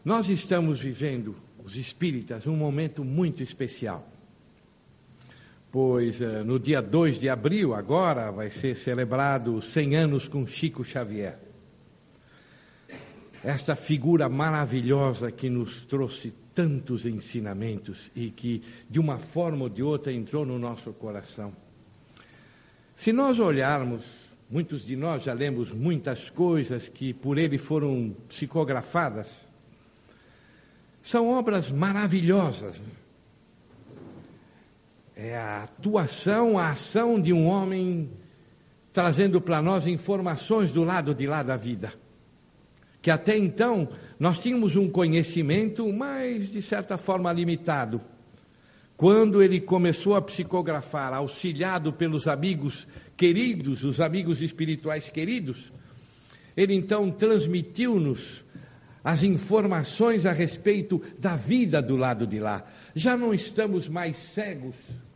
Nós estamos vivendo, os espíritas, um momento muito especial, pois no dia 2 de abril, agora, vai ser celebrado 100 anos com Chico Xavier. Esta figura maravilhosa que nos trouxe tantos ensinamentos e que, de uma forma ou de outra, entrou no nosso coração. Se nós olharmos, muitos de nós já lemos muitas coisas que por ele foram psicografadas, são obras maravilhosas. É a atuação, a ação de um homem trazendo para nós informações do lado de lá da vida. Que até então nós tínhamos um conhecimento, mas de certa forma limitado. Quando ele começou a psicografar, auxiliado pelos amigos queridos, os amigos espirituais queridos, ele então transmitiu-nos as informações a respeito da vida do lado de lá. Já não estamos mais cegos,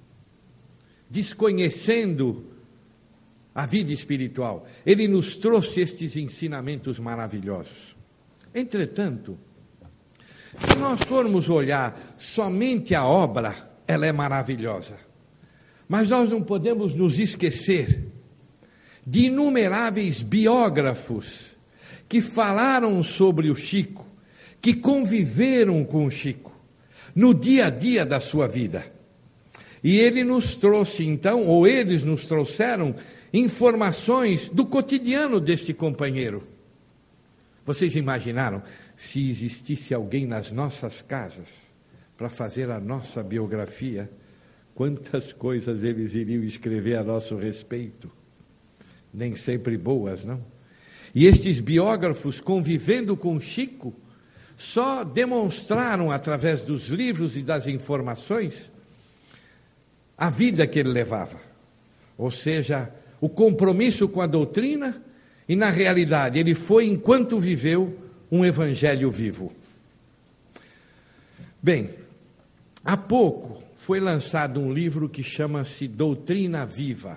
desconhecendo a vida espiritual. Ele nos trouxe estes ensinamentos maravilhosos. Entretanto, se nós formos olhar somente a obra, ela é maravilhosa. Mas nós não podemos nos esquecer de inumeráveis biógrafos que falaram sobre o Chico, que conviveram com o Chico no dia a dia da sua vida. E ele nos trouxe então, ou eles nos trouxeram, informações do cotidiano deste companheiro. Vocês imaginaram se existisse alguém nas nossas casas para fazer a nossa biografia, quantas coisas eles iriam escrever a nosso respeito? Nem sempre boas, não? E estes biógrafos, convivendo com Chico, só demonstraram, através dos livros e das informações, a vida que ele levava. Ou seja, o compromisso com a doutrina, e na realidade ele foi, enquanto viveu, um evangelho vivo. Bem, há pouco foi lançado um livro que chama-se Doutrina Viva.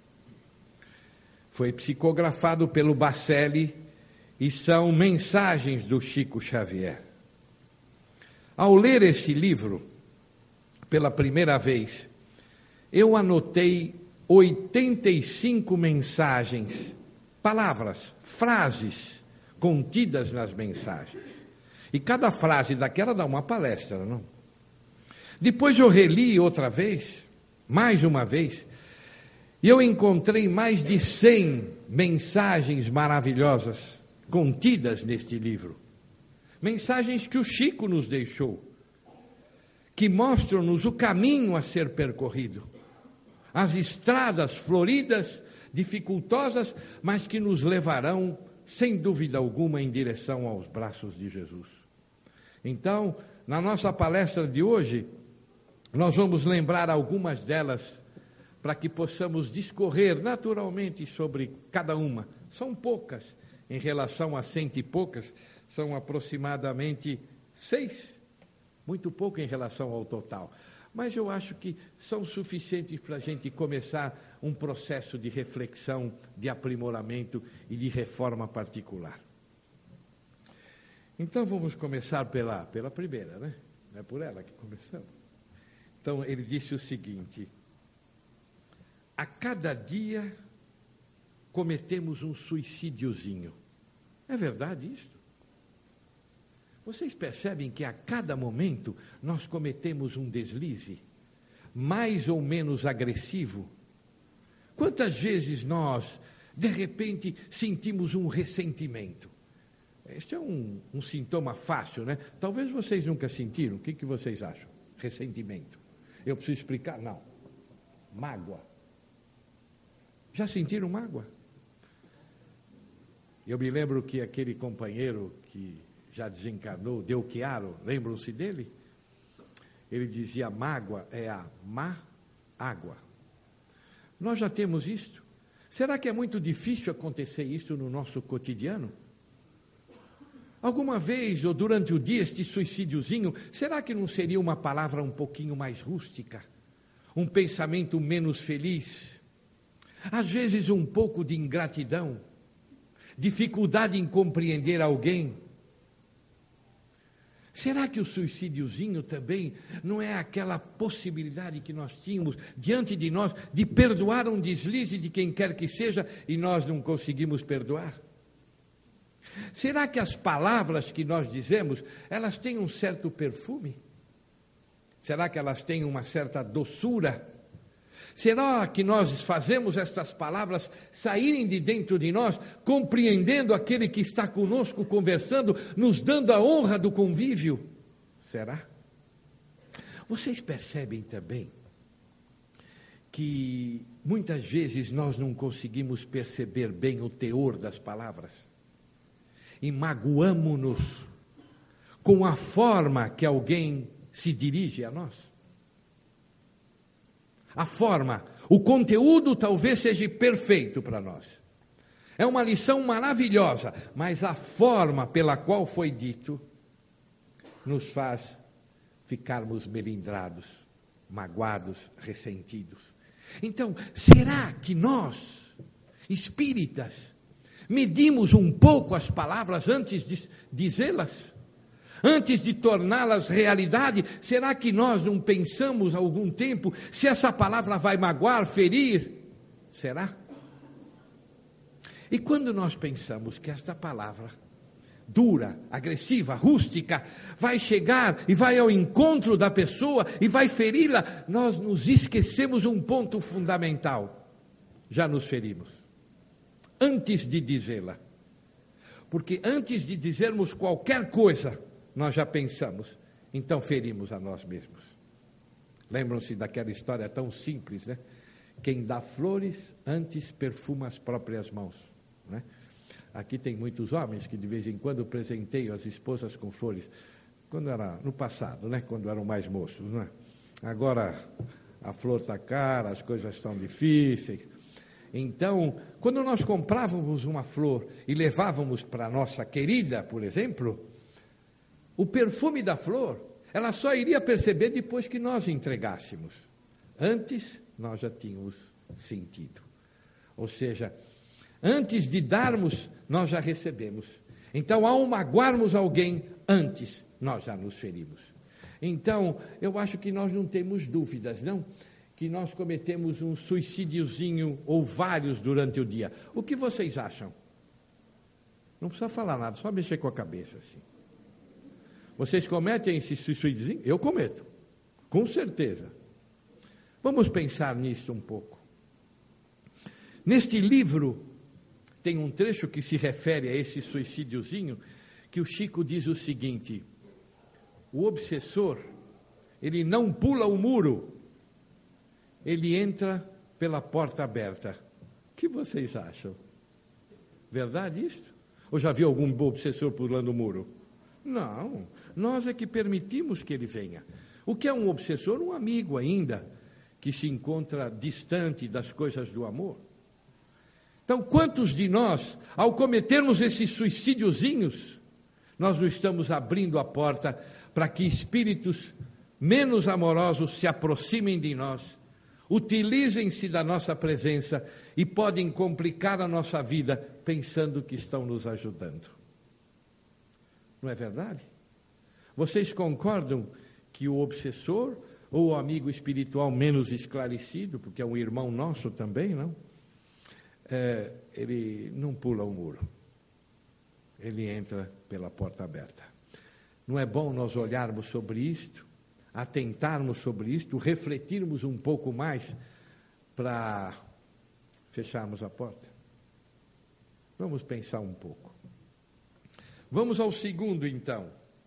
Foi psicografado pelo Bacelli e são mensagens do Chico Xavier. Ao ler esse livro, pela primeira vez, eu anotei 85 mensagens, palavras, frases contidas nas mensagens. E cada frase daquela dá uma palestra, não? Depois eu reli outra vez, mais uma vez, e eu encontrei mais de 100 mensagens maravilhosas contidas neste livro. Mensagens que o Chico nos deixou, que mostram-nos o caminho a ser percorrido. As estradas floridas, dificultosas, mas que nos levarão, sem dúvida alguma, em direção aos braços de Jesus. Então, na nossa palestra de hoje, nós vamos lembrar algumas delas, para que possamos discorrer naturalmente sobre cada uma. São poucas, em relação a 100 e poucas, são aproximadamente 6, muito pouco em relação ao total. Mas eu acho que são suficientes para a gente começar um processo de reflexão, de aprimoramento e de reforma particular. Então vamos começar pela primeira, né? Não é por ela que começamos. Então ele disse o seguinte: a cada dia cometemos um suicidiozinho. É verdade isso? Vocês percebem que a cada momento nós cometemos um deslize, mais ou menos agressivo? Quantas vezes nós, de repente, sentimos um ressentimento? Este é um sintoma fácil, né? Talvez vocês nunca sentiram. O que vocês acham? Ressentimento. Eu preciso explicar? Não. Mágoa. Já sentiram mágoa? Eu me lembro que aquele companheiro que já desencarnou, Delchiaro, lembram-se dele? Ele dizia: mágoa é a má água. Nós já temos isto. Será que é muito difícil acontecer isto no nosso cotidiano? Alguma vez, ou durante o dia, este suicidiozinho, será que não seria uma palavra um pouquinho mais rústica? Um pensamento menos feliz? Às vezes um pouco de ingratidão, dificuldade em compreender alguém. Será que o suicídiozinho também não é aquela possibilidade que nós tínhamos diante de nós de perdoar um deslize de quem quer que seja e nós não conseguimos perdoar? Será que as palavras que nós dizemos, elas têm um certo perfume? Será que elas têm uma certa doçura? Será que nós fazemos estas palavras saírem de dentro de nós, compreendendo aquele que está conosco, conversando, nos dando a honra do convívio? Será? Vocês percebem também que muitas vezes nós não conseguimos perceber bem o teor das palavras e magoamo-nos com a forma que alguém se dirige a nós? A forma, o conteúdo talvez seja perfeito para nós. É uma lição maravilhosa, mas a forma pela qual foi dito nos faz ficarmos melindrados, magoados, ressentidos. Então, será que nós, espíritas, medimos um pouco as palavras antes de dizê-las? Antes de torná-las realidade, será que nós não pensamos há algum tempo se essa palavra vai magoar, ferir? Será? E quando nós pensamos que esta palavra, dura, agressiva, rústica, vai chegar e vai ao encontro da pessoa e vai feri-la, nós nos esquecemos um ponto fundamental. Já nos ferimos. Antes de dizê-la. Porque antes de dizermos qualquer coisa, nós já pensamos, então ferimos a nós mesmos. Lembram-se daquela história tão simples, né? Quem dá flores, antes perfuma as próprias mãos, né? Aqui tem muitos homens que de vez em quando presenteiam as esposas com flores, quando era no passado, né? Quando eram mais moços, né? Agora a flor está cara, as coisas estão difíceis. Então, quando nós comprávamos uma flor e levávamos para a nossa querida, por exemplo, o perfume da flor, ela só iria perceber depois que nós entregássemos. Antes, nós já tínhamos sentido. Ou seja, antes de darmos, nós já recebemos. Então, ao magoarmos alguém, antes, nós já nos ferimos. Então, eu acho que nós não temos dúvidas, não? Que nós cometemos um suicídiozinho ou vários durante o dia. O que vocês acham? Não precisa falar nada, só mexer com a cabeça assim. Vocês cometem esse suicídiozinho? Eu cometo, com certeza. Vamos pensar nisso um pouco. Neste livro, tem um trecho que se refere a esse suicídiozinho, que o Chico diz o seguinte: o obsessor, ele não pula o muro, ele entra pela porta aberta. O que vocês acham? Verdade isto? Ou já viu algum obsessor pulando o muro? Não, nós é que permitimos que ele venha. O que é um obsessor? Um amigo ainda, que se encontra distante das coisas do amor. Então, quantos de nós, ao cometermos esses suicídiozinhos, nós não estamos abrindo a porta para que espíritos menos amorosos se aproximem de nós, utilizem-se da nossa presença e podem complicar a nossa vida pensando que estão nos ajudando. Não é verdade? Vocês concordam que o obsessor ou o amigo espiritual menos esclarecido, porque é um irmão nosso também, não? Ele não pula o muro. Ele entra pela porta aberta. Não é bom nós olharmos sobre isto, atentarmos sobre isto, refletirmos um pouco mais para fecharmos a porta? Vamos pensar um pouco. Vamos ao segundo, então.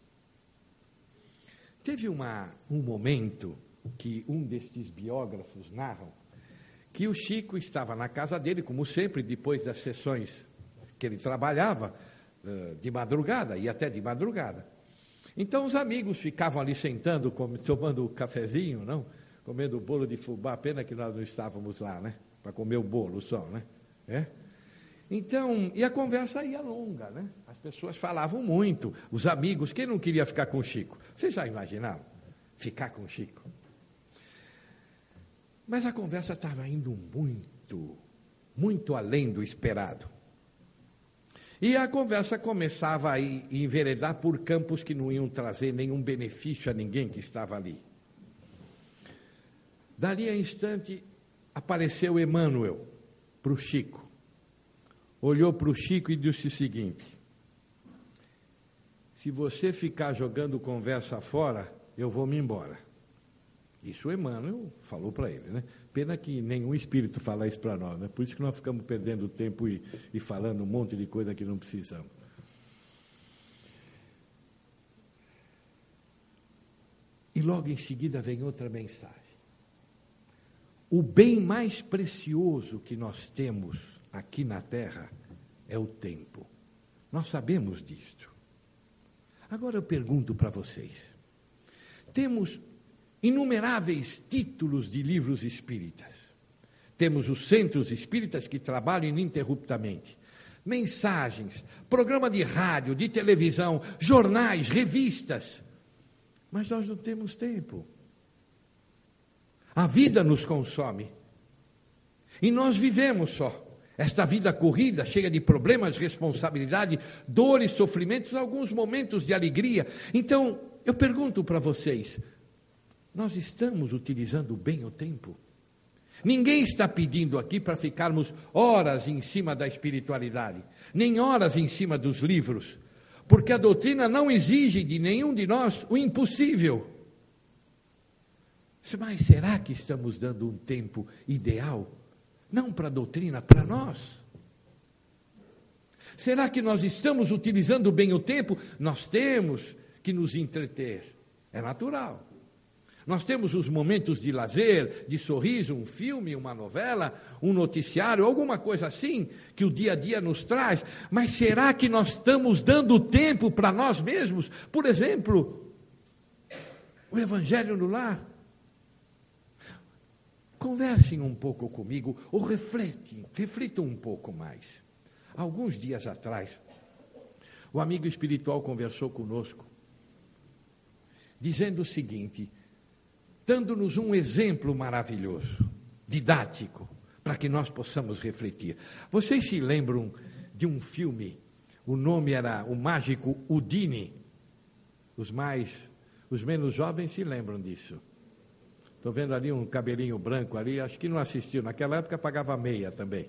Teve um momento que um destes biógrafos narram que o Chico estava na casa dele, como sempre, depois das sessões que ele trabalhava, de madrugada, e até de madrugada. Então os amigos ficavam ali sentando, tomando cafezinho, não? Comendo bolo de fubá, pena que nós não estávamos lá, né? Para comer o bolo só, né? Então, e a conversa ia longa, né? As pessoas falavam muito, os amigos, quem não queria ficar com o Chico? Vocês já imaginaram? Ficar com o Chico? Mas a conversa estava indo muito além do esperado. E a conversa começava a enveredar por campos que não iam trazer nenhum benefício a ninguém que estava ali. Dali a instante, apareceu Emmanuel para o Chico. Olhou para o Chico e disse o seguinte: se você ficar jogando conversa fora, eu vou me embora. Isso o Emmanuel falou para ele, né? Pena que nenhum espírito fala isso para nós, né? Por isso que nós ficamos perdendo tempo e falando um monte de coisa que não precisamos. E logo em seguida vem outra mensagem. O bem mais precioso que nós temos aqui na Terra é o tempo. Nós sabemos disto. Agora eu pergunto para vocês. Temos inumeráveis títulos de livros espíritas. Temos os centros espíritas que trabalham ininterruptamente. Mensagens, programa de rádio, de televisão, jornais, revistas. Mas nós não temos tempo. A vida nos consome. E nós vivemos só. Esta vida corrida, cheia de problemas, responsabilidade, dores, sofrimentos, alguns momentos de alegria. Então, eu pergunto para vocês, nós estamos utilizando bem o tempo? Ninguém está pedindo aqui para ficarmos horas em cima da espiritualidade, nem horas em cima dos livros, porque a doutrina não exige de nenhum de nós o impossível. Mas será que estamos dando um tempo ideal? Não para a doutrina, para nós. Será que nós estamos utilizando bem o tempo? Nós temos que nos entreter. É natural. Nós temos os momentos de lazer, de sorriso, um filme, uma novela, um noticiário, alguma coisa assim, que o dia a dia nos traz. Mas será que nós estamos dando tempo para nós mesmos? Por exemplo, o Evangelho no Lar. Conversem um pouco comigo, ou reflitam um pouco mais. Alguns dias atrás, o amigo espiritual conversou conosco, dizendo o seguinte, dando-nos um exemplo maravilhoso, didático, para que nós possamos refletir. Vocês se lembram de um filme, o nome era O Mágico Houdini? Os menos jovens se lembram disso. Estou vendo ali um cabelinho branco ali, acho que não assistiu. Naquela época pagava meia também.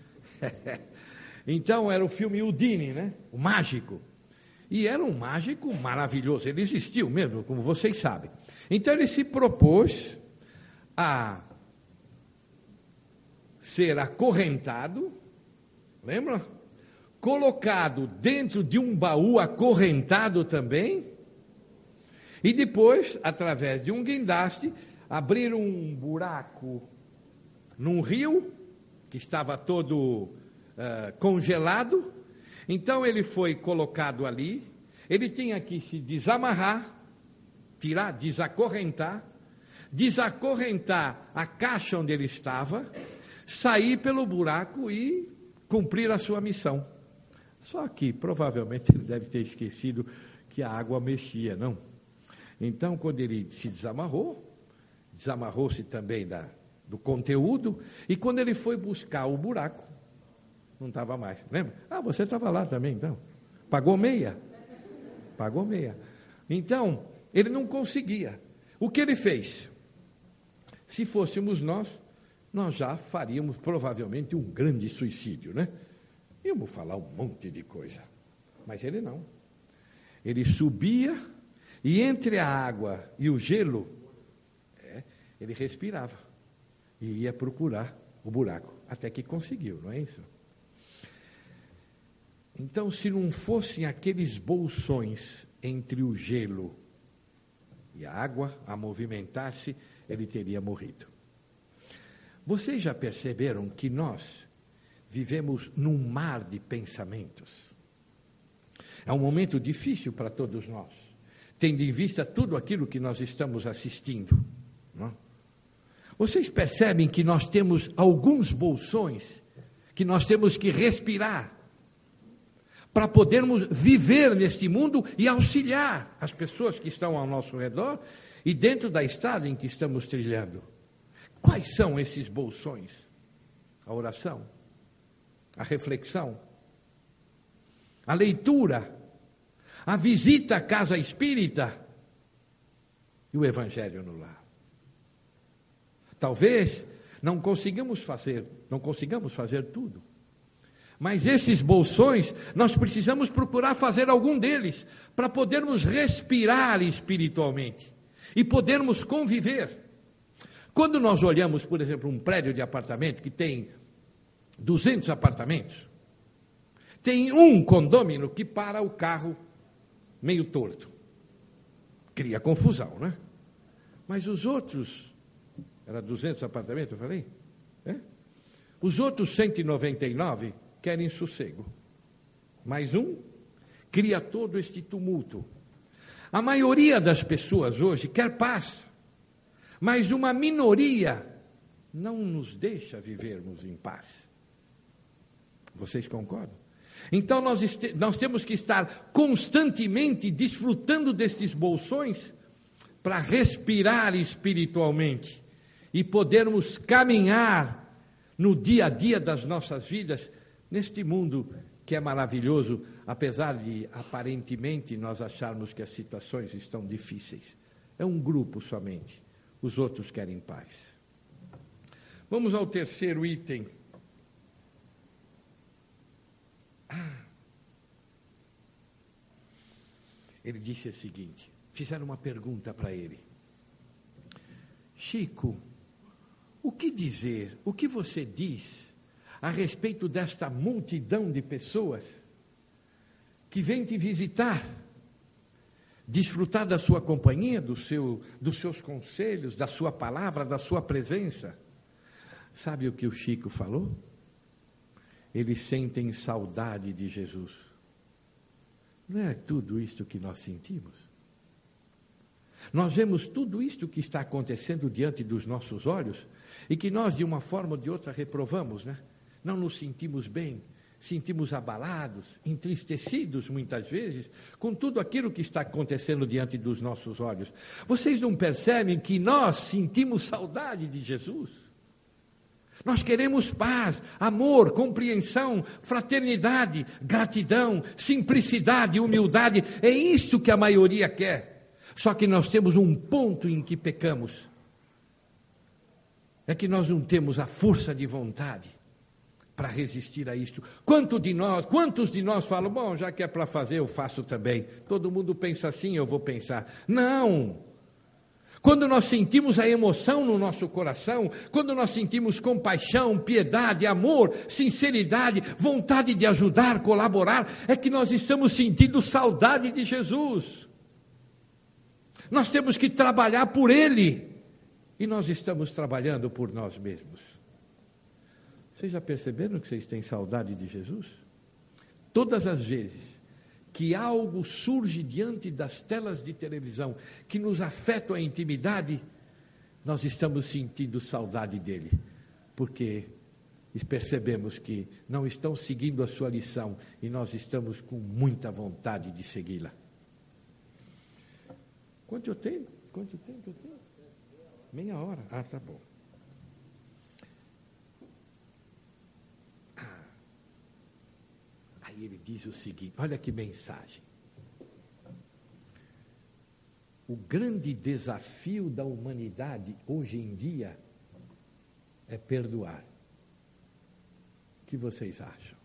Então era o filme Houdini, né? O mágico. E era um mágico maravilhoso, ele existiu mesmo, como vocês sabem. Então ele se propôs a ser acorrentado, lembra? Colocado dentro de um baú acorrentado também, e depois, através de um guindaste, abrir um buraco num rio, que estava todo congelado. Então ele foi colocado ali, ele tinha que se desamarrar, desacorrentar a caixa onde ele estava, sair pelo buraco e cumprir a sua missão. Só que provavelmente ele deve ter esquecido que a água mexia, não? Então quando ele se desamarrou-se também do conteúdo, e quando ele foi buscar o buraco, não estava mais, lembra? Você estava lá também, então. Pagou meia. Então, ele não conseguia. O que ele fez? Se fôssemos nós já faríamos provavelmente um grande suicídio, né? Íamos falar um monte de coisa. Mas ele não. Ele subia, e entre a água e o gelo, ele respirava. E ia procurar o buraco, até que conseguiu, não é isso? Então, se não fossem aqueles bolsões entre o gelo e a água a movimentar-se, ele teria morrido. Vocês já perceberam que nós vivemos num mar de pensamentos? É um momento difícil para todos nós, tendo em vista tudo aquilo que nós estamos assistindo, não? Vocês percebem que nós temos alguns bolsões que nós temos que respirar para podermos viver neste mundo e auxiliar as pessoas que estão ao nosso redor e dentro da estrada em que estamos trilhando. Quais são esses bolsões? A oração, a reflexão, a leitura, a visita à casa espírita e o evangelho no lar. Talvez não consigamos fazer tudo. Mas esses bolsões, nós precisamos procurar fazer algum deles, para podermos respirar espiritualmente e podermos conviver. Quando nós olhamos, por exemplo, um prédio de apartamento que tem 200 apartamentos, tem um condômino que para o carro meio torto. Cria confusão, né? Mas os outros, era 200 apartamentos, eu falei? Os outros 199 querem sossego. Mais um cria todo este tumulto. A maioria das pessoas hoje quer paz, mas uma minoria não nos deixa vivermos em paz. Vocês concordam? Então nós temos que estar constantemente desfrutando desses bolsões para respirar espiritualmente e podermos caminhar no dia a dia das nossas vidas, neste mundo que é maravilhoso, apesar de aparentemente nós acharmos que as situações estão difíceis. É um grupo somente, os outros querem paz. Vamos ao terceiro item. Ele disse o seguinte, fizeram uma pergunta para ele. Chico, o que dizer, o que você diz a respeito desta multidão de pessoas que vem te visitar, desfrutar da sua companhia, dos seus conselhos, da sua palavra, da sua presença? Sabe o que o Chico falou? Eles sentem saudade de Jesus. Não é tudo isto que nós sentimos? Nós vemos tudo isto que está acontecendo diante dos nossos olhos e que nós, de uma forma ou de outra, reprovamos, né? Não nos sentimos bem, sentimos abalados, entristecidos muitas vezes, com tudo aquilo que está acontecendo diante dos nossos olhos. Vocês não percebem que nós sentimos saudade de Jesus? Nós queremos paz, amor, compreensão, fraternidade, gratidão, simplicidade, humildade. É isso que a maioria quer. Só que nós temos um ponto em que pecamos. É que nós não temos a força de vontade para resistir a isto. Quantos de nós falam, bom, já que é para fazer, eu faço também. Todo mundo pensa assim, eu vou pensar. Não! Quando nós sentimos a emoção no nosso coração, quando nós sentimos compaixão, piedade, amor, sinceridade, vontade de ajudar, colaborar, é que nós estamos sentindo saudade de Jesus. Nós temos que trabalhar por Ele, e nós estamos trabalhando por nós mesmos. Vocês já perceberam que vocês têm saudade de Jesus? Todas as vezes que algo surge diante das telas de televisão que nos afeta a intimidade, nós estamos sentindo saudade dele, porque percebemos que não estão seguindo a sua lição e nós estamos com muita vontade de segui-la. Quanto tempo eu tenho? Meia hora. Ah, tá bom. Aí ele diz o seguinte, olha que mensagem. O grande desafio da humanidade hoje em dia é perdoar. O que vocês acham?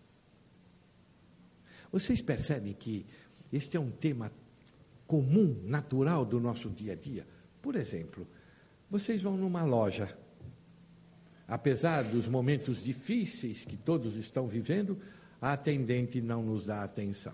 Vocês percebem que este é um tema comum, natural do nosso dia a dia? Por exemplo, vocês vão numa loja, apesar dos momentos difíceis que todos estão vivendo, a atendente não nos dá atenção.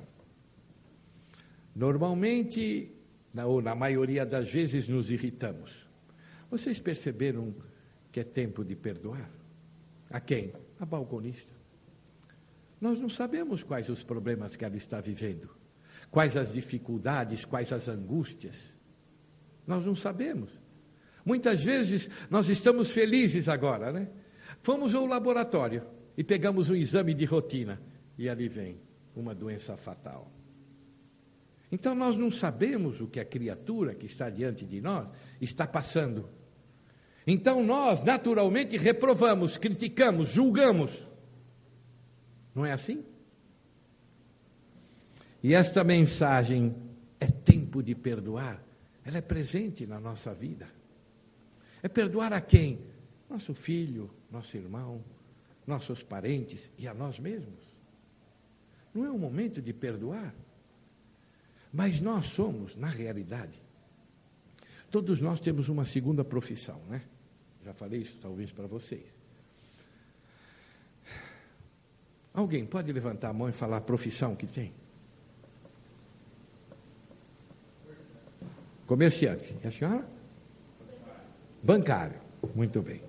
Normalmente, ou na maioria das vezes, nos irritamos. Vocês perceberam que é tempo de perdoar? A quem? A balconista. Nós não sabemos quais os problemas que ela está vivendo, quais as dificuldades, quais as angústias. Nós não sabemos. Muitas vezes nós estamos felizes agora, né? Fomos ao laboratório e pegamos um exame de rotina e ali vem uma doença fatal. Então nós não sabemos o que a criatura que está diante de nós está passando. Então nós naturalmente reprovamos, criticamos, julgamos. Não é assim? E esta mensagem é tempo de perdoar. Ela é presente na nossa vida. É perdoar a quem? Nosso filho, nosso irmão, nossos parentes e a nós mesmos. Não é um momento de perdoar. Mas nós somos, na realidade, todos nós temos uma segunda profissão, né? Já falei isso talvez para vocês. Alguém pode levantar a mão e falar a profissão que tem? Comerciante. E a senhora? Bancário. Muito bem.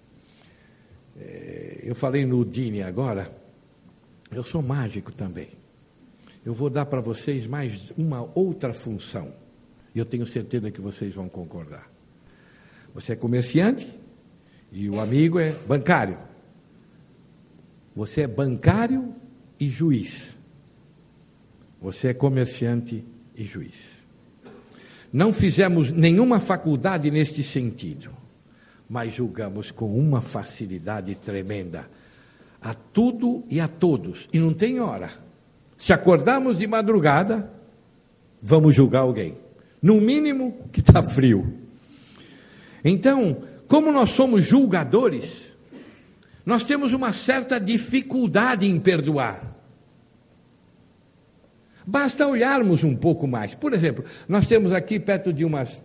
Eu falei no Dini agora, eu sou mágico também. Eu vou dar para vocês mais uma outra função. E eu tenho certeza que vocês vão concordar. Você é comerciante e o amigo é bancário. Você é bancário e juiz. Você é comerciante e juiz. Não fizemos nenhuma faculdade neste sentido, mas julgamos com uma facilidade tremenda a tudo e a todos. E não tem hora. Se acordarmos de madrugada, vamos julgar alguém. No mínimo que está frio. Então, como nós somos julgadores, nós temos uma certa dificuldade em perdoar. Basta olharmos um pouco mais. Por exemplo, nós temos aqui perto de umas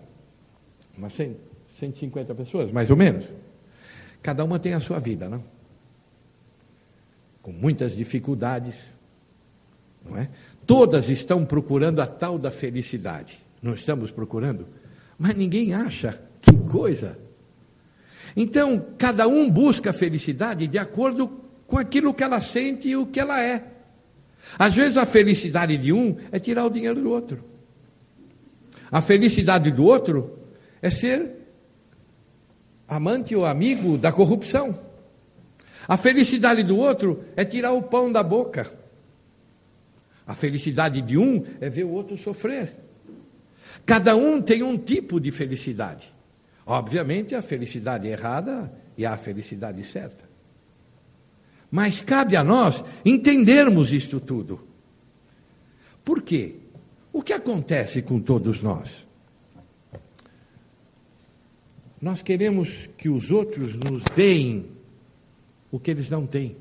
150 pessoas, mais ou menos. Cada uma tem a sua vida, não? Com muitas dificuldades, não é? Todas estão procurando a tal da felicidade. Não estamos procurando? Mas ninguém acha. Que coisa! Então, cada um busca a felicidade de acordo com aquilo que ela sente e o que ela é. Às vezes a felicidade de um é tirar o dinheiro do outro. A felicidade do outro é ser amante ou amigo da corrupção. A felicidade do outro é tirar o pão da boca. A felicidade de um é ver o outro sofrer. Cada um tem um tipo de felicidade. Obviamente, a felicidade errada e a felicidade certa. Mas cabe a nós entendermos isto tudo. Por quê? O que acontece com todos nós? Nós queremos que os outros nos deem o que eles não têm.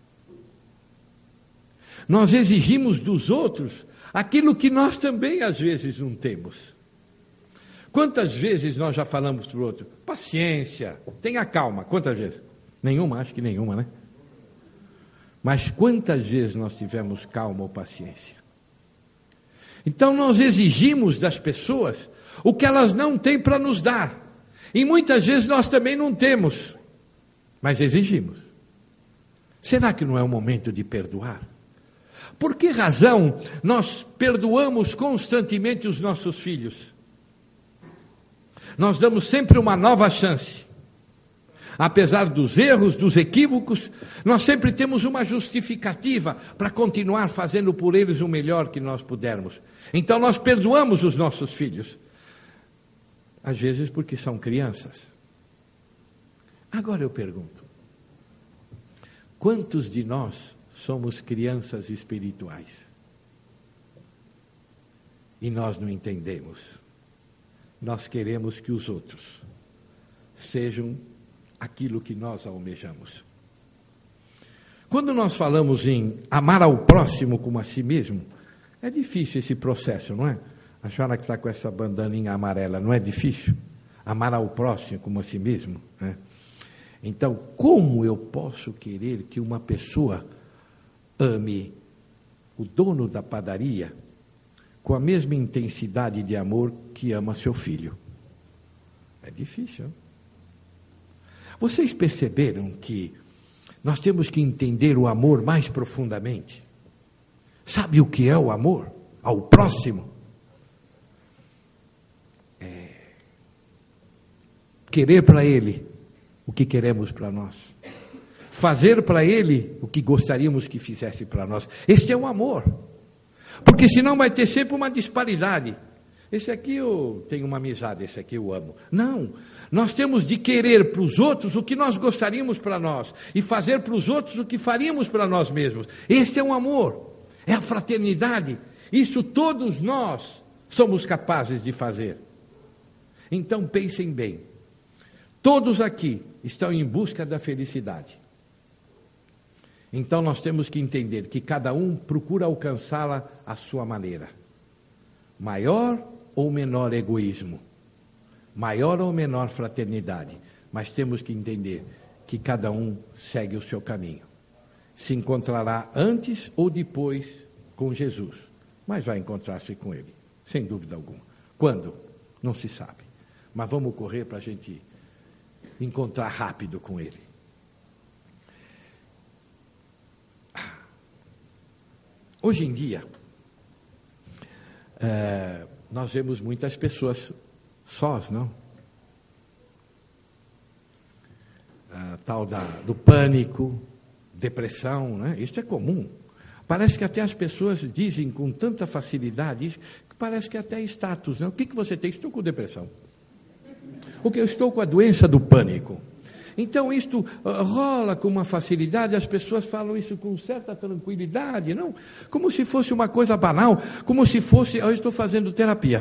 Nós exigimos dos outros aquilo que nós também às vezes não temos. Quantas vezes nós já falamos para o outro? Paciência, tenha calma. Quantas vezes? Nenhuma, acho que nenhuma, né? Mas quantas vezes nós tivemos calma ou paciência? Então nós exigimos das pessoas o que elas não têm para nos dar. E muitas vezes nós também não temos, mas exigimos. Será que não é o momento de perdoar? Por que razão nós perdoamos constantemente os nossos filhos? Nós damos sempre uma nova chance. Apesar dos erros, dos equívocos, nós sempre temos uma justificativa para continuar fazendo por eles o melhor que nós pudermos. Então nós perdoamos os nossos filhos. Às vezes porque são crianças. Agora eu pergunto, quantos de nós somos crianças espirituais? E nós não entendemos. Nós queremos que os outros sejam aquilo que nós almejamos. Quando nós falamos em amar ao próximo como a si mesmo, é difícil esse processo, não é? A senhora que está com essa bandaninha amarela, não é difícil? Amar ao próximo como a si mesmo, né? Então, como eu posso querer que uma pessoa ame o dono da padaria com a mesma intensidade de amor que ama seu filho? É difícil, não? Vocês perceberam que nós temos que entender o amor mais profundamente? Sabe o que é o amor ao próximo? É querer para ele o que queremos para nós. Fazer para ele o que gostaríamos que fizesse para nós. Este é o amor. Porque senão vai ter sempre uma disparidade. Esse aqui eu tenho uma amizade, esse aqui eu amo. Não, nós temos de querer para os outros o que nós gostaríamos para nós e fazer para os outros o que faríamos para nós mesmos. Este é um amor, é a fraternidade. Isso todos nós somos capazes de fazer. Então pensem bem. Todos aqui estão em busca da felicidade. Então nós temos que entender que cada um procura alcançá-la à sua maneira. Maior ou menor egoísmo, maior ou menor fraternidade, mas temos que entender que cada um segue o seu caminho. Se encontrará antes ou depois com Jesus, mas vai encontrar-se com Ele, sem dúvida alguma. Quando? Não se sabe, mas vamos correr para a gente encontrar rápido com Ele. Hoje em dia, nós vemos muitas pessoas sós, não? Tal do pânico, depressão, né? Isso é comum. Parece que até as pessoas dizem com tanta facilidade isso, que parece que até é status, né? O que você tem? Estou com depressão. O que eu estou com a doença do pânico. Então, isto rola com uma facilidade, as pessoas falam isso com certa tranquilidade, não? Como se fosse uma coisa banal, como se fosse, eu estou fazendo terapia.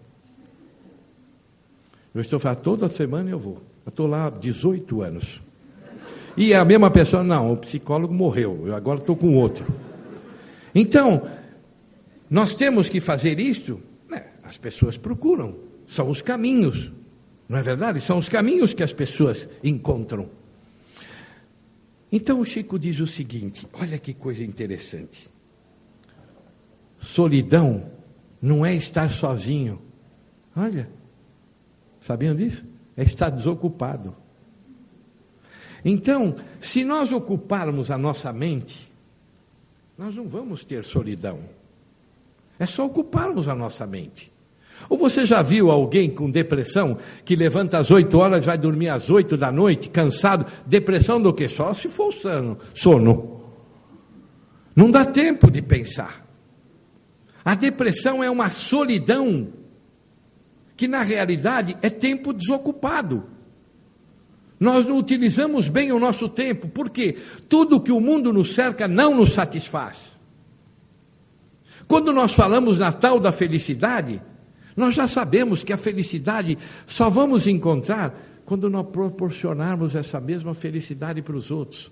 Eu estou fazendo, toda semana eu vou. Eu estou lá há 18 anos. E a mesma pessoa, não, o psicólogo morreu, eu agora estou com outro. Então, nós temos que fazer isto, né? As pessoas procuram, são os caminhos. Não é verdade? São os caminhos que as pessoas encontram. Então o Chico diz o seguinte, olha que coisa interessante. Solidão não é estar sozinho. Olha, sabiam disso? É estar desocupado. Então, se nós ocuparmos a nossa mente, nós não vamos ter solidão. É só ocuparmos a nossa mente. Ou você já viu alguém com depressão que levanta às 8 horas e vai dormir às 8 da noite, cansado? Depressão do que? Só se for sono. Não dá tempo de pensar. A depressão é uma solidão que na realidade é tempo desocupado. Nós não utilizamos bem o nosso tempo, porque tudo que o mundo nos cerca não nos satisfaz. Quando nós falamos na tal da felicidade, nós já sabemos que a felicidade só vamos encontrar quando nós proporcionarmos essa mesma felicidade para os outros.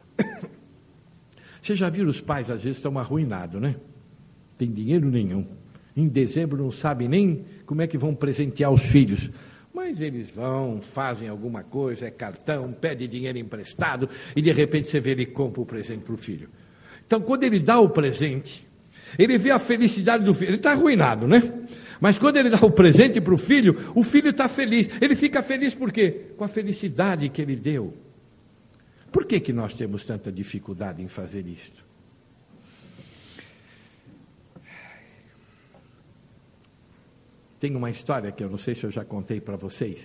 Você já viu os pais, às vezes, estão arruinados, né? Tem dinheiro nenhum. Em dezembro não sabem nem como é que vão presentear os filhos. Mas eles vão, fazem alguma coisa, é cartão, pede dinheiro emprestado, e de repente você vê ele compra o presente para o filho. Então, quando ele dá o presente, ele vê a felicidade do filho. Ele está arruinado, né? Mas quando ele dá o presente para o filho está feliz. Ele fica feliz por quê? Com a felicidade que ele deu. Por que nós temos tanta dificuldade em fazer isto? Tem uma história que eu não sei se eu já contei para vocês.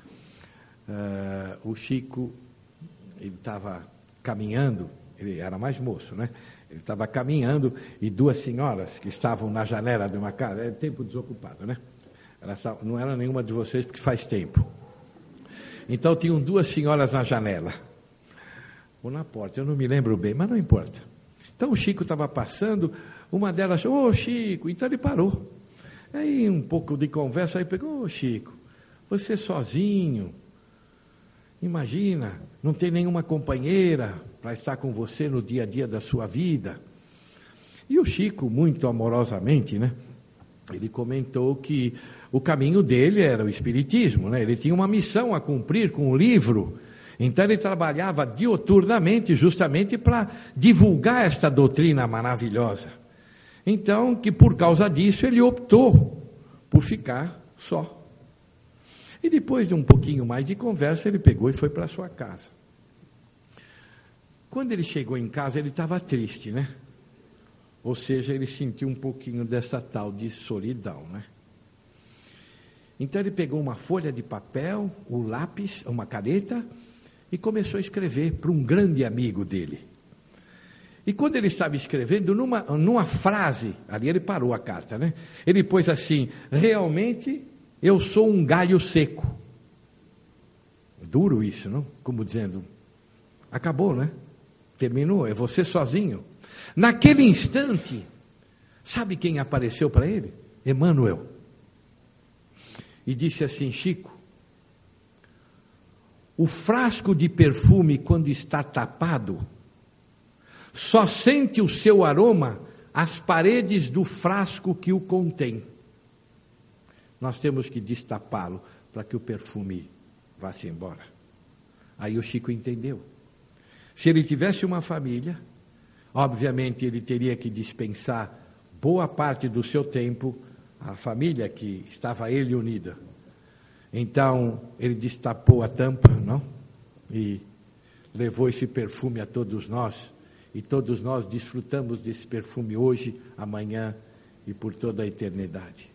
O Chico, ele estava caminhando, ele era mais moço, né? Ele estava caminhando e duas senhoras que estavam na janela de uma casa, é tempo desocupado, né? Não era nenhuma de vocês porque faz tempo. Então tinham duas senhoras na janela, ou na porta, eu não me lembro bem, mas não importa. Então o Chico estava passando, uma delas chamou, Chico, então ele parou. Aí um pouco de conversa, aí pegou, Chico, você sozinho, imagina, não tem nenhuma companheira para estar com você no dia a dia da sua vida. E o Chico, muito amorosamente, né, ele comentou que o caminho dele era o espiritismo, né, ele tinha uma missão a cumprir com o livro, então ele trabalhava dioturnamente justamente para divulgar esta doutrina maravilhosa. Então, que por causa disso ele optou por ficar só. E depois de um pouquinho mais de conversa, ele pegou e foi para a sua casa. Quando ele chegou em casa, ele estava triste, né? Ou seja, ele sentiu um pouquinho dessa tal de solidão, né? Então ele pegou uma folha de papel, um lápis, uma caneta, e começou a escrever para um grande amigo dele. E quando ele estava escrevendo, numa frase, ali ele parou a carta, né? Ele pôs assim, realmente eu sou um galho seco. Duro isso, não? Como dizendo, acabou, né? Terminou, é você sozinho. Naquele instante, Sabe quem apareceu para ele? Emmanuel. E disse assim: Chico, o frasco de perfume, quando está tapado, só sente o seu aroma as paredes do frasco que o contém. Nós temos que destapá-lo para que o perfume vá-se embora. Aí o Chico entendeu. Se ele tivesse uma família, obviamente ele teria que dispensar boa parte do seu tempo à família que estava ele unida. Então ele destapou a tampa, não? E levou esse perfume a todos nós. E todos nós desfrutamos desse perfume hoje, amanhã e por toda a eternidade.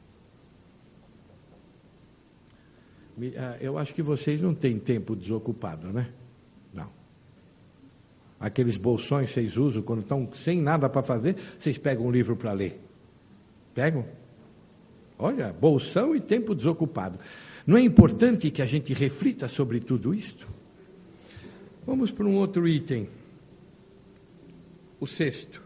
Eu acho que vocês não têm tempo desocupado, né? Não. Aqueles bolsões vocês usam quando estão sem nada para fazer, vocês pegam um livro para ler. Pegam? Olha, bolsão e tempo desocupado. Não é importante que a gente reflita sobre tudo isto? Vamos para um outro item. O 6º.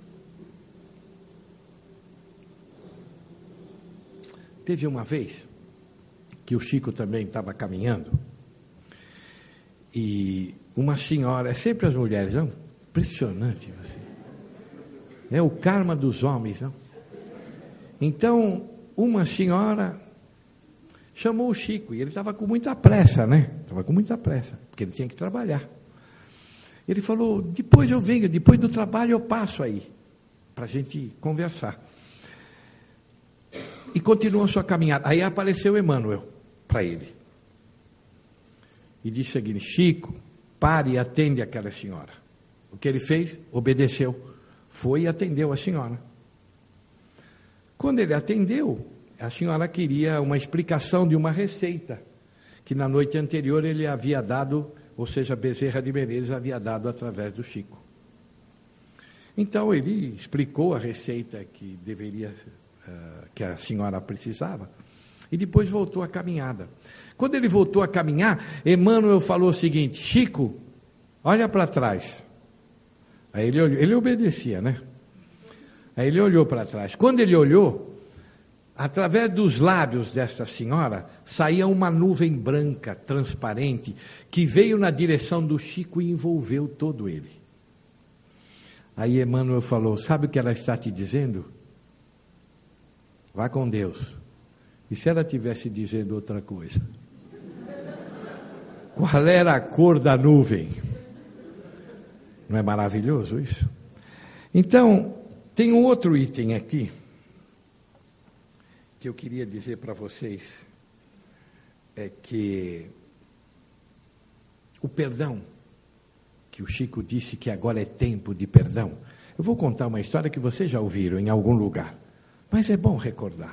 Teve uma vez que o Chico também estava caminhando e uma senhora, é sempre as mulheres, não? Impressionante você. É o karma dos homens, não? Então, uma senhora chamou o Chico e ele estava com muita pressa, né? Estava com muita pressa, porque ele tinha que trabalhar. Ele falou: depois eu venho, depois do trabalho eu passo aí, para a gente conversar. E continuou a sua caminhada. Aí apareceu Emmanuel para ele. E disse o seguinte: Chico, pare e atende aquela senhora. O que ele fez? Obedeceu. Foi e atendeu a senhora. Quando ele atendeu, a senhora queria uma explicação de uma receita, que na noite anterior ele havia dado, ou seja, Bezerra de Menezes havia dado através do Chico. Então ele explicou a receita que que a senhora precisava, e depois voltou à caminhada. Quando ele voltou a caminhar, Emmanuel falou o seguinte: Chico, olha para trás. Aí ele olhou, ele obedecia, né? Aí ele olhou para trás. Quando ele olhou, através dos lábios dessa senhora, saía uma nuvem branca, transparente, que veio na direção do Chico e envolveu todo ele. Aí Emmanuel falou: sabe o que ela está te dizendo? Vá com Deus. E se ela estivesse dizendo outra coisa? Qual era a cor da nuvem? Não é maravilhoso isso? Então, tem um outro item aqui que eu queria dizer para vocês, é que o perdão, que o Chico disse que agora é tempo de perdão. Eu vou contar uma história que vocês já ouviram em algum lugar, mas é bom recordar.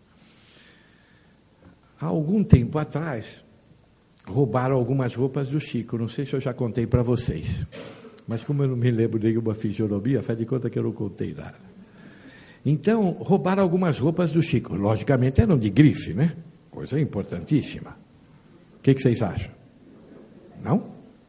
Há algum tempo atrás, roubaram algumas roupas do Chico, não sei se eu já contei para vocês, mas como eu não me lembro nenhuma fisionomia, faz de conta que eu não contei nada. Então, roubaram algumas roupas do Chico. Logicamente, eram de grife, né? Coisa importantíssima. O que vocês acham? Não?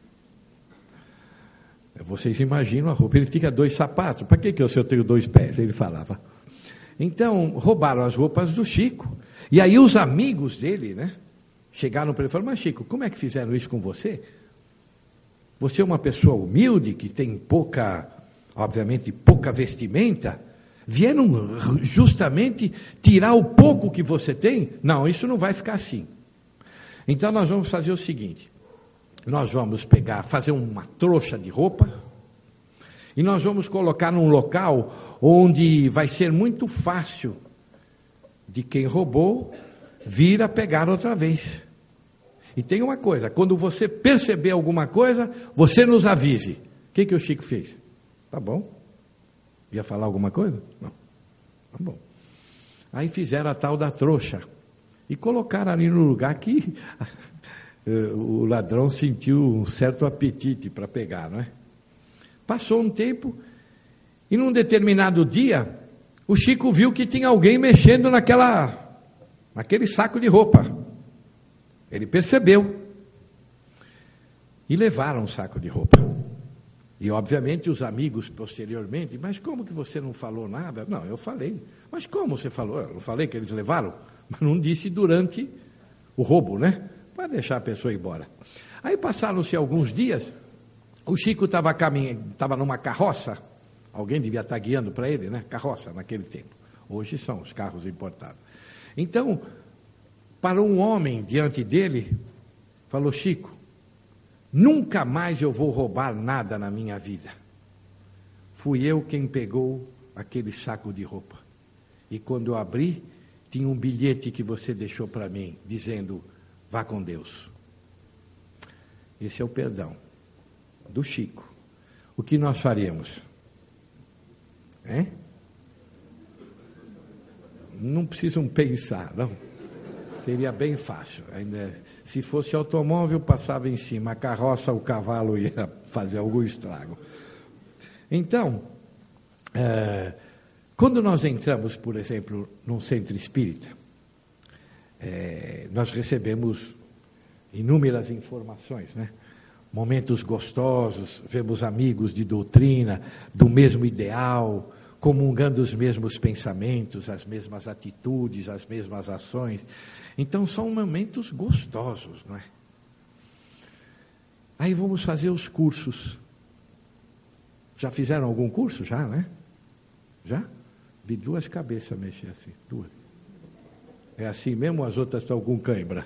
Vocês imaginam a roupa. Ele tinha 2 sapatos. Para que eu tenho 2 pés? Ele falava. Então, roubaram as roupas do Chico. E aí os amigos dele, né? Chegaram para ele e falaram: mas Chico, como é que fizeram isso com você? Você é uma pessoa humilde, que tem obviamente, pouca vestimenta. Vieram justamente tirar o pouco que você tem? Não, isso não vai ficar assim. Então nós vamos fazer o seguinte: nós vamos fazer uma trouxa de roupa, e nós vamos colocar num local onde vai ser muito fácil de quem roubou vir a pegar outra vez. E tem uma coisa: quando você perceber alguma coisa, você nos avise. O que o Chico fez? Tá bom. Ia falar alguma coisa? Não. Tá bom. Aí fizeram a tal da trouxa. E colocaram ali no lugar que o ladrão sentiu um certo apetite para pegar, não é? Passou um tempo, e num determinado dia, o Chico viu que tinha alguém mexendo naquele saco de roupa. Ele percebeu. E levaram o saco de roupa. E, obviamente, os amigos, posteriormente, mas como que você não falou nada? Não, eu falei. Mas como você falou? Eu não falei que eles levaram? Mas não disse durante o roubo, né? Para deixar a pessoa ir embora. Aí passaram-se alguns dias, o Chico estava numa carroça, alguém devia estar guiando para ele, né? Carroça, naquele tempo. Hoje são os carros importados. Então, parou um homem diante dele, falou: Chico, nunca mais eu vou roubar nada na minha vida. Fui eu quem pegou aquele saco de roupa. E quando eu abri, tinha um bilhete que você deixou para mim, dizendo: vá com Deus. Esse é o perdão do Chico. O que nós faremos? Hein? Não precisam pensar, não. Seria bem fácil. Ainda, se fosse automóvel, passava em cima. A carroça, o cavalo ia fazer algum estrago. Então, quando nós entramos, por exemplo, num centro espírita, nós recebemos inúmeras informações, né? Momentos gostosos, vemos amigos de doutrina, do mesmo ideal, comungando os mesmos pensamentos, as mesmas atitudes, as mesmas ações. Então, são momentos gostosos, não é? Aí vamos fazer os cursos. Já fizeram algum curso? Já, né? Já? Vi 2 cabeças mexer assim, 2. É assim mesmo, as outras estão com cãibra.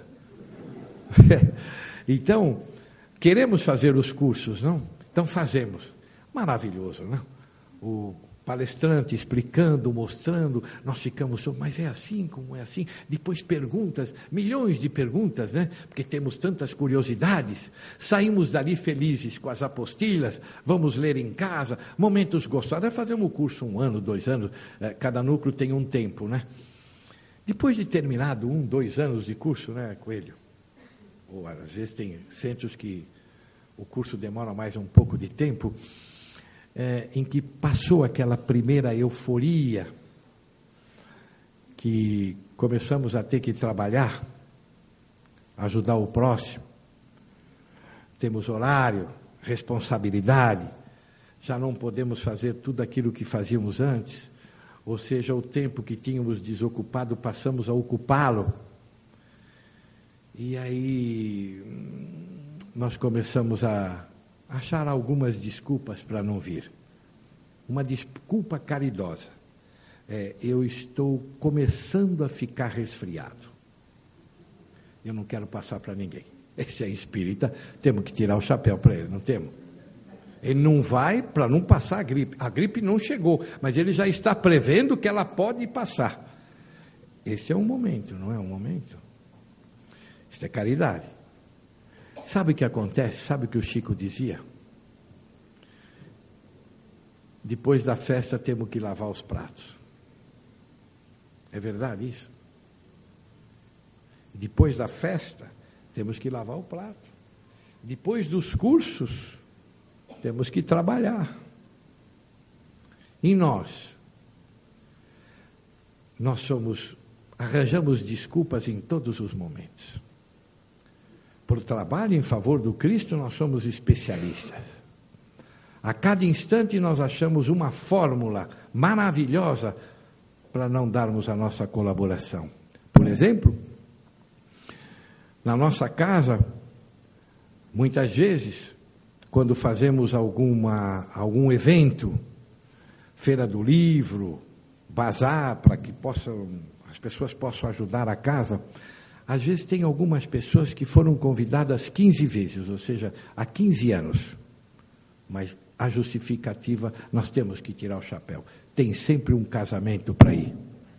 Então, queremos fazer os cursos, não? Então fazemos. Maravilhoso, não? O palestrante explicando, mostrando, nós ficamos, mas é assim, como é assim? Depois perguntas, milhões de perguntas, né? Porque temos tantas curiosidades. Saímos dali felizes com as apostilhas, vamos ler em casa, momentos gostosos. Fazemos o curso 1 ano, 2 anos, cada núcleo tem um tempo, né? Depois de terminado 1, 2 anos de curso, né, Coelho? Ou às vezes tem centros que o curso demora mais um pouco de tempo, em que passou aquela primeira euforia, que começamos a ter que trabalhar, ajudar o próximo, temos horário, responsabilidade, já não podemos fazer tudo aquilo que fazíamos antes, ou seja, o tempo que tínhamos desocupado, passamos a ocupá-lo. E aí nós começamos a achar algumas desculpas para não vir. Uma desculpa caridosa. Eu estou começando a ficar resfriado. Eu não quero passar para ninguém. Esse é espírita, temos que tirar o chapéu para ele, não temos? Ele não vai para não passar a gripe. A gripe não chegou, mas ele já está prevendo que ela pode passar. Esse é um momento, não é um momento? Isso é caridade. Sabe o que acontece? Sabe o que o Chico dizia? Depois da festa temos que lavar os pratos. É verdade isso? Depois da festa temos que lavar o prato. Depois dos cursos temos que trabalhar. E nós arranjamos desculpas em todos os momentos. Por trabalho em favor do Cristo, nós somos especialistas. A cada instante nós achamos uma fórmula maravilhosa para não darmos a nossa colaboração. Por exemplo, na nossa casa, muitas vezes, quando fazemos algum evento, feira do livro, bazar, para que as pessoas possam ajudar a casa, às vezes tem algumas pessoas que foram convidadas 15 vezes, ou seja, há 15 anos. Mas a justificativa, nós temos que tirar o chapéu. Tem sempre um casamento para ir.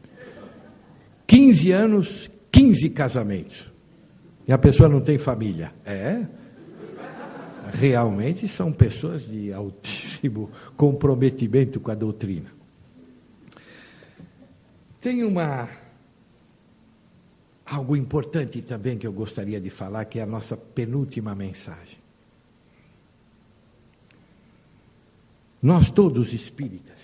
15 anos, 15 casamentos. E a pessoa não tem família. Realmente são pessoas de altíssimo comprometimento com a doutrina. Tem algo importante também que eu gostaria de falar, que é a nossa penúltima mensagem. Nós todos espíritas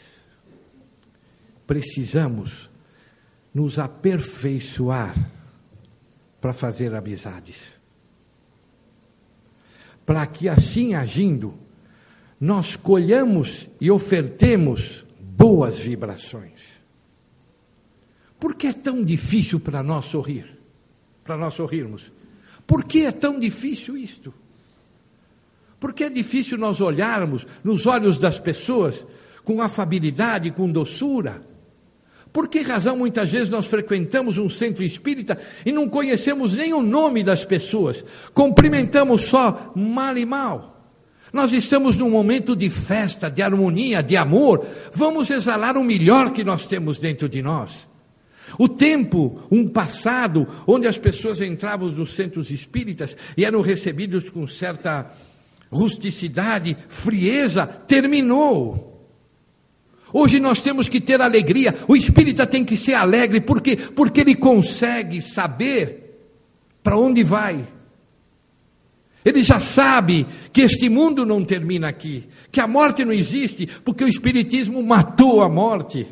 precisamos nos aperfeiçoar para fazer amizades. Para que assim agindo, nós colhamos e ofertemos boas vibrações. Por que é tão difícil para nós sorrir? Para nós sorrirmos? Por que é tão difícil isto? Por que é difícil nós olharmos nos olhos das pessoas com afabilidade, com doçura? Por que razão muitas vezes nós frequentamos um centro espírita e não conhecemos nem o nome das pessoas? Cumprimentamos só mal e mal. Nós estamos num momento de festa, de harmonia, de amor. Vamos exalar o melhor que nós temos dentro de nós. O tempo, um passado, onde as pessoas entravam nos centros espíritas e eram recebidos com certa rusticidade, frieza, terminou. Hoje nós temos que ter alegria. O espírita tem que ser alegre. Por quê? Porque ele consegue saber para onde vai. Ele já sabe que este mundo não termina aqui, que a morte não existe, porque o Espiritismo matou a morte.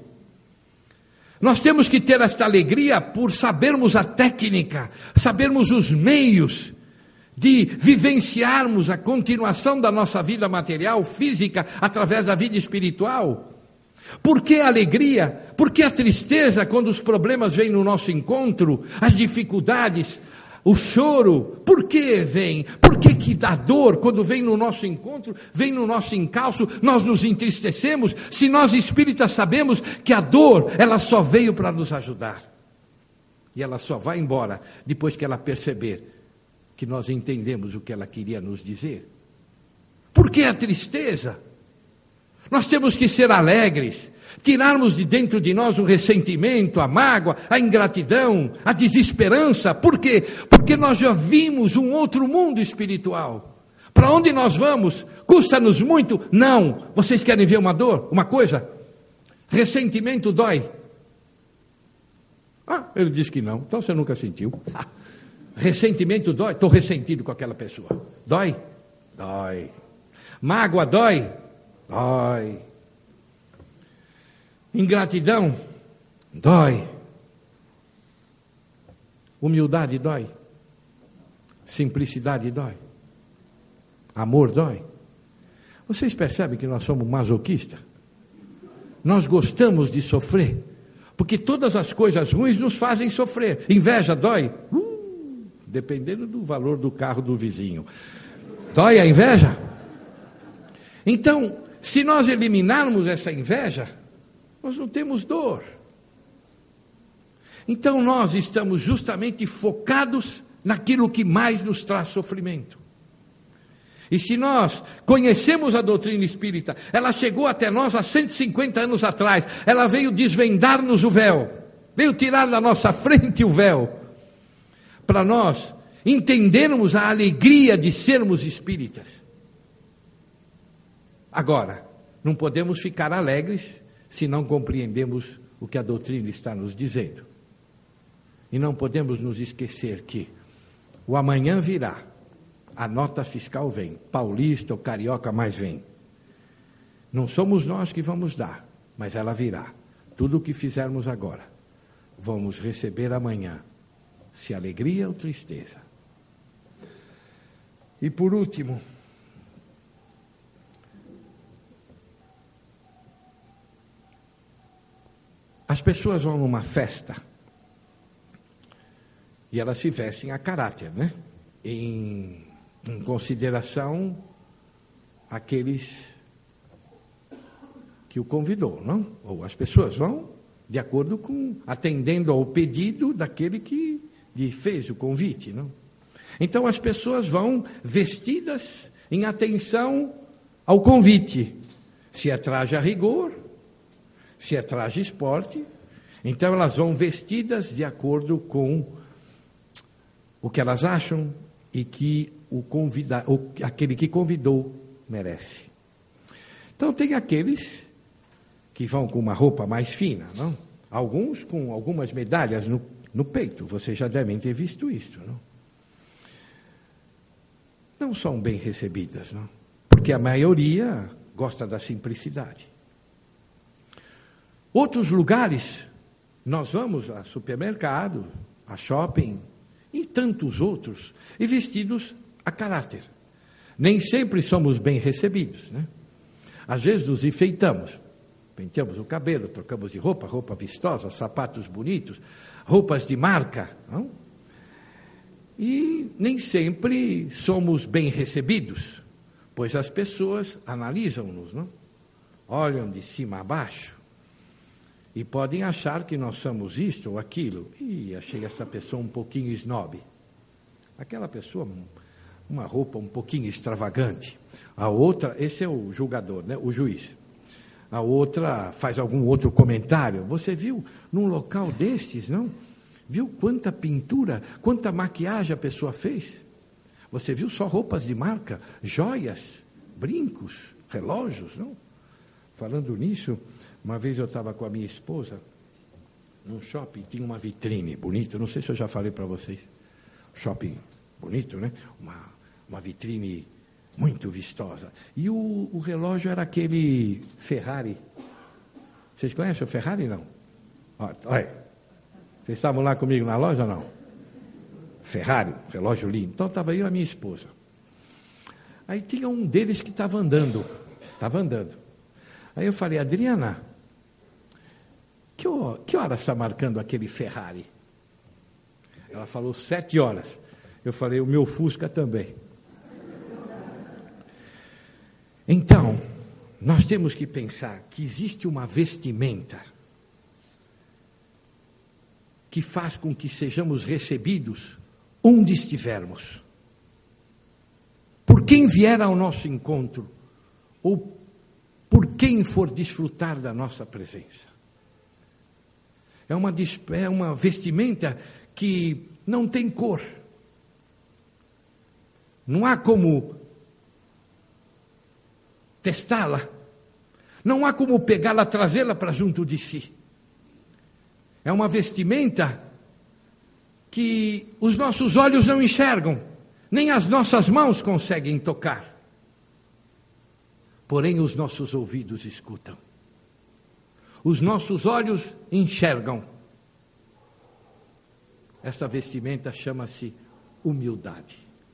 Nós temos que ter esta alegria por sabermos a técnica, sabermos os meios de vivenciarmos a continuação da nossa vida material, física, através da vida espiritual. Por que a alegria? Por que a tristeza quando os problemas vêm no nosso encontro, as dificuldades, o choro? Por que vem? Por que a dor, quando vem no nosso encontro, vem no nosso encalço, nós nos entristecemos, se nós espíritas sabemos que a dor, ela só veio para nos ajudar. E ela só vai embora depois que ela perceber que nós entendemos o que ela queria nos dizer. Por que a tristeza? Nós temos que ser alegres, tirarmos de dentro de nós o ressentimento, a mágoa, a ingratidão, a desesperança. Por quê? Porque nós já vimos um outro mundo espiritual. Para onde nós vamos? Custa-nos muito? Não. Vocês querem ver uma dor? Uma coisa? Ressentimento dói. Ah, ele disse que não. Então você nunca sentiu. Ressentimento dói. Estou ressentido com aquela pessoa. Dói? Dói. Mágoa dói? Dói. Ingratidão? Dói. Humildade dói. Simplicidade dói. Amor dói. Vocês percebem que nós somos masoquistas? Nós gostamos de sofrer, porque todas as coisas ruins nos fazem sofrer. Inveja dói? Dependendo do valor do carro do vizinho. Dói a inveja? Então, se nós eliminarmos essa inveja, nós não temos dor. Então nós estamos justamente focados naquilo que mais nos traz sofrimento. E se nós conhecemos a doutrina espírita, ela chegou até nós há 150 anos atrás, ela veio desvendar-nos o véu, veio tirar da nossa frente o véu, para nós entendermos a alegria de sermos espíritas. Agora, não podemos ficar alegres se não compreendemos o que a doutrina está nos dizendo. E não podemos nos esquecer que o amanhã virá, a nota fiscal vem, paulista ou carioca, mas vem. Não somos nós que vamos dar, mas ela virá. Tudo o que fizermos agora, vamos receber amanhã, se alegria ou tristeza. E por último, as pessoas vão numa festa e elas se vestem a caráter, né? Em consideração àqueles que o convidou, não? Ou as pessoas vão de acordo com, atendendo ao pedido daquele que lhe fez o convite, não? Então as pessoas vão vestidas em atenção ao convite, se é traje a rigor, se é traje esporte, então elas vão vestidas de acordo com o que elas acham e que aquele que convidou merece. Então tem aqueles que vão com uma roupa mais fina, não? Alguns com algumas medalhas no peito, vocês já devem ter visto isso, não? Não são bem recebidas, não? Porque a maioria gosta da simplicidade. Outros lugares, nós vamos a supermercado, a shopping e tantos outros, e vestidos a caráter. Nem sempre somos bem recebidos, né? Às vezes nos enfeitamos, penteamos o cabelo, trocamos de roupa, roupa vistosa, sapatos bonitos, roupas de marca, não? E nem sempre somos bem recebidos, pois as pessoas analisam-nos, não? Olham de cima a baixo e podem achar que nós somos isto ou aquilo. E achei essa pessoa um pouquinho snob. Aquela pessoa, uma roupa um pouquinho extravagante. A outra, esse é o julgador, né? O juiz. A outra faz algum outro comentário. Você viu num local destes, não? Viu quanta pintura, quanta maquiagem a pessoa fez? Você viu só roupas de marca, joias, brincos, relógios, não? Falando nisso, uma vez eu estava com a minha esposa num shopping, tinha uma vitrine bonita, não sei se eu já falei para vocês. Shopping bonito, né? Uma vitrine muito vistosa. E o relógio era aquele Ferrari. Vocês conhecem o Ferrari, não? Olha, vocês estavam lá comigo na loja, não? Ferrari, relógio lindo. Então estava eu e a minha esposa. Aí tinha um deles que estava andando. Aí eu falei, Adriana, que horas está marcando aquele Ferrari? Ela falou 7 horas. Eu falei, o meu Fusca também. Então, nós temos que pensar que existe uma vestimenta que faz com que sejamos recebidos onde estivermos. Por quem vier ao nosso encontro, ou por quem for desfrutar da nossa presença. É uma vestimenta que não tem cor. Não há como testá-la. Não há como pegá-la, trazê-la para junto de si. É uma vestimenta que os nossos olhos não enxergam, nem as nossas mãos conseguem tocar. Porém, os nossos ouvidos escutam. Os nossos olhos enxergam. Essa vestimenta chama-se humildade.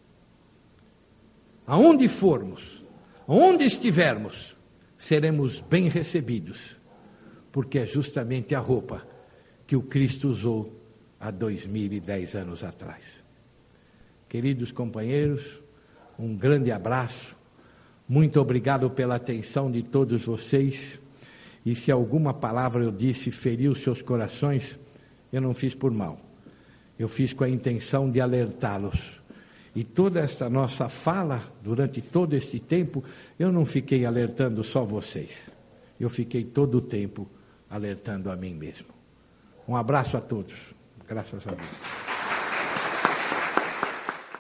Aonde formos, aonde estivermos, seremos bem recebidos, porque é justamente a roupa que o Cristo usou há 2010 anos atrás. Queridos companheiros, um grande abraço. Muito obrigado pela atenção de todos vocês. E se alguma palavra eu disse feriu seus corações, eu não fiz por mal. Eu fiz com a intenção de alertá-los. E toda esta nossa fala, durante todo esse tempo, eu não fiquei alertando só vocês. Eu fiquei todo o tempo alertando a mim mesmo. Um abraço a todos. Graças a Deus.